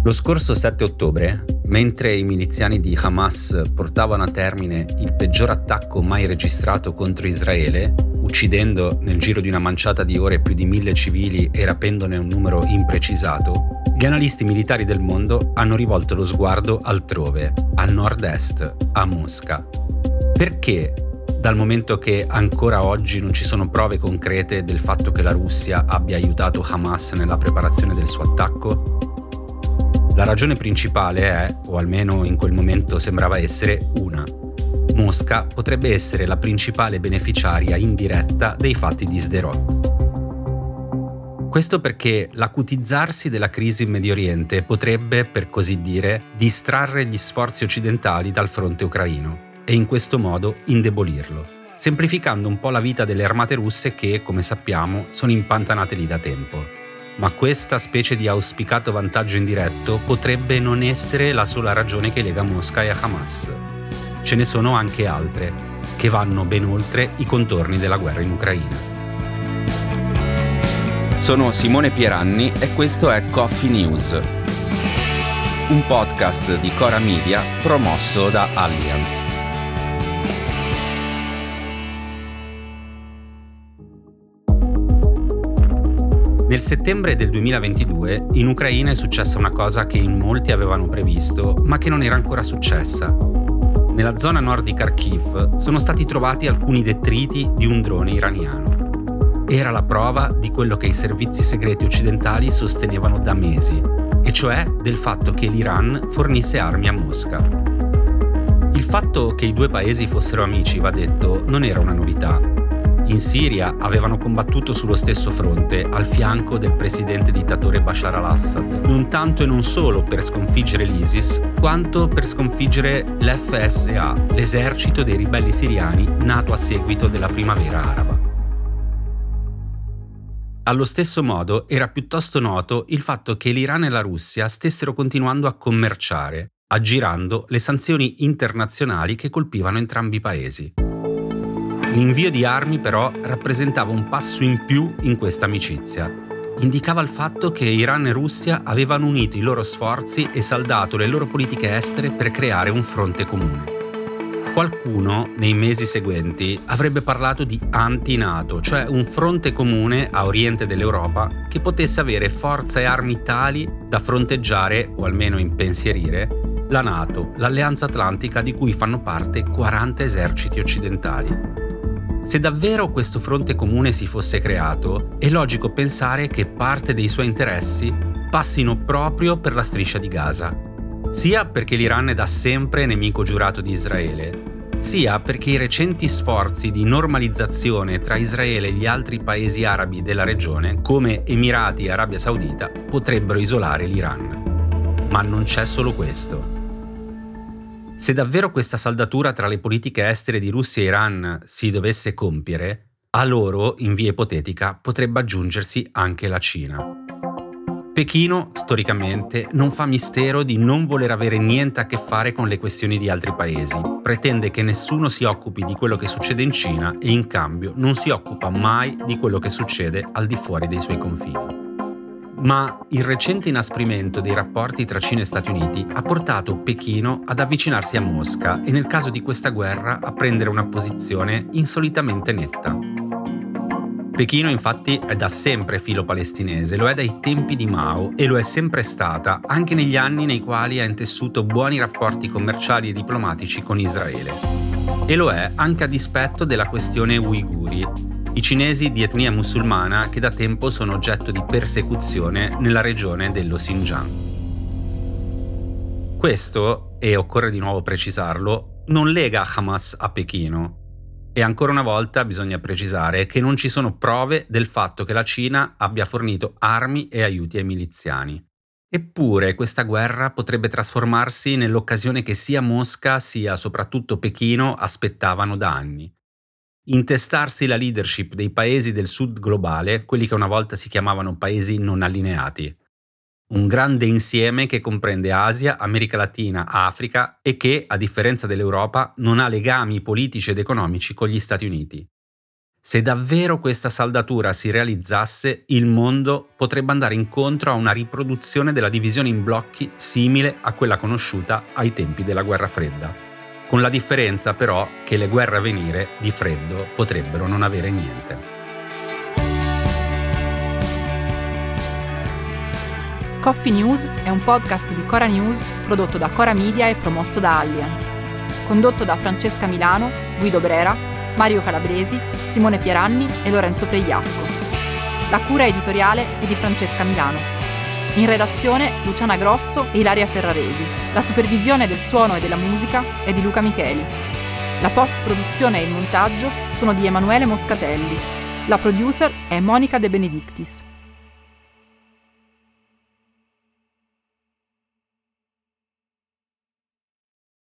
Lo scorso 7 ottobre, mentre i miliziani di Hamas portavano a termine il peggior attacco mai registrato contro Israele, uccidendo nel giro di una manciata di ore più di 1.000 civili e rapendone un numero imprecisato, gli analisti militari del mondo hanno rivolto lo sguardo altrove, a nord-est, a Mosca. Perché, dal momento che ancora oggi non ci sono prove concrete del fatto che la Russia abbia aiutato Hamas nella preparazione del suo attacco? La ragione principale è, o almeno in quel momento sembrava essere, una. Mosca potrebbe essere la principale beneficiaria indiretta dei fatti di Sderot. Questo perché l'acutizzarsi della crisi in Medio Oriente potrebbe, per così dire, distrarre gli sforzi occidentali dal fronte ucraino e in questo modo indebolirlo, semplificando un po' la vita delle armate russe che, come sappiamo, sono impantanate lì da tempo. Ma questa specie di auspicato vantaggio indiretto potrebbe non essere la sola ragione che lega Mosca e Hamas. Ce ne sono anche altre, che vanno ben oltre i contorni della guerra in Ucraina. Sono Simone Pieranni e questo è Coffee News, un podcast di Cora Media promosso da Allianz. Nel settembre del 2022 in Ucraina è successa una cosa che in molti avevano previsto, ma che non era ancora successa. Nella zona nord di Kharkiv sono stati trovati alcuni detriti di un drone iraniano. Era la prova di quello che i servizi segreti occidentali sostenevano da mesi, e cioè del fatto che l'Iran fornisse armi a Mosca. Il fatto che i due paesi fossero amici, va detto, non era una novità. In Siria avevano combattuto sullo stesso fronte, al fianco del presidente dittatore Bashar al-Assad, non tanto e non solo per sconfiggere l'ISIS, quanto per sconfiggere l'FSA, l'esercito dei ribelli siriani nato a seguito della primavera araba. Allo stesso modo era piuttosto noto il fatto che l'Iran e la Russia stessero continuando a commerciare, aggirando le sanzioni internazionali che colpivano entrambi i paesi. L'invio di armi però rappresentava un passo in più in questa amicizia. Indicava il fatto che Iran e Russia avevano unito i loro sforzi e saldato le loro politiche estere per creare un fronte comune. Qualcuno, nei mesi seguenti, avrebbe parlato di anti-NATO, cioè un fronte comune a oriente dell'Europa che potesse avere forza e armi tali da fronteggiare, o almeno impensierire, la NATO, l'Alleanza Atlantica di cui fanno parte 40 eserciti occidentali. Se davvero questo fronte comune si fosse creato, è logico pensare che parte dei suoi interessi passino proprio per la striscia di Gaza, sia perché l'Iran è da sempre nemico giurato di Israele, sia perché i recenti sforzi di normalizzazione tra Israele e gli altri paesi arabi della regione, come Emirati e Arabia Saudita, potrebbero isolare l'Iran. Ma non c'è solo questo. Se davvero questa saldatura tra le politiche estere di Russia e Iran si dovesse compiere, a loro, in via ipotetica, potrebbe aggiungersi anche la Cina. Pechino, storicamente, non fa mistero di non voler avere niente a che fare con le questioni di altri paesi, pretende che nessuno si occupi di quello che succede in Cina e in cambio non si occupa mai di quello che succede al di fuori dei suoi confini. Ma il recente inasprimento dei rapporti tra Cina e Stati Uniti ha portato Pechino ad avvicinarsi a Mosca e nel caso di questa guerra a prendere una posizione insolitamente netta. Pechino infatti è da sempre filo-palestinese, lo è dai tempi di Mao e lo è sempre stata anche negli anni nei quali ha intessuto buoni rapporti commerciali e diplomatici con Israele. E lo è anche a dispetto della questione uiguri, i cinesi di etnia musulmana che da tempo sono oggetto di persecuzione nella regione dello Xinjiang. Questo, e occorre di nuovo precisarlo, non lega Hamas a Pechino. E ancora una volta bisogna precisare che non ci sono prove del fatto che la Cina abbia fornito armi e aiuti ai miliziani. Eppure questa guerra potrebbe trasformarsi nell'occasione che sia Mosca sia soprattutto Pechino aspettavano da anni. Intestarsi la leadership dei paesi del sud globale, quelli che una volta si chiamavano paesi non allineati. Un grande insieme che comprende Asia, America Latina, Africa e che, a differenza dell'Europa, non ha legami politici ed economici con gli Stati Uniti. Se davvero questa saldatura si realizzasse, il mondo potrebbe andare incontro a una riproduzione della divisione in blocchi simile a quella conosciuta ai tempi della Guerra Fredda, con la differenza però che le guerre a venire di freddo potrebbero non avere niente. Coffee News è un podcast di Cora News prodotto da Cora Media e promosso da Allianz. Condotto da Francesca Milano, Guido Brera, Mario Calabresi, Simone Pieranni e Lorenzo Pregliasco. La cura editoriale è di Francesca Milano. In redazione Luciana Grosso e Ilaria Ferraresi. La supervisione del suono e della musica è di Luca Micheli. La post-produzione e il montaggio sono di Emanuele Moscatelli. La producer è Monica De Benedictis.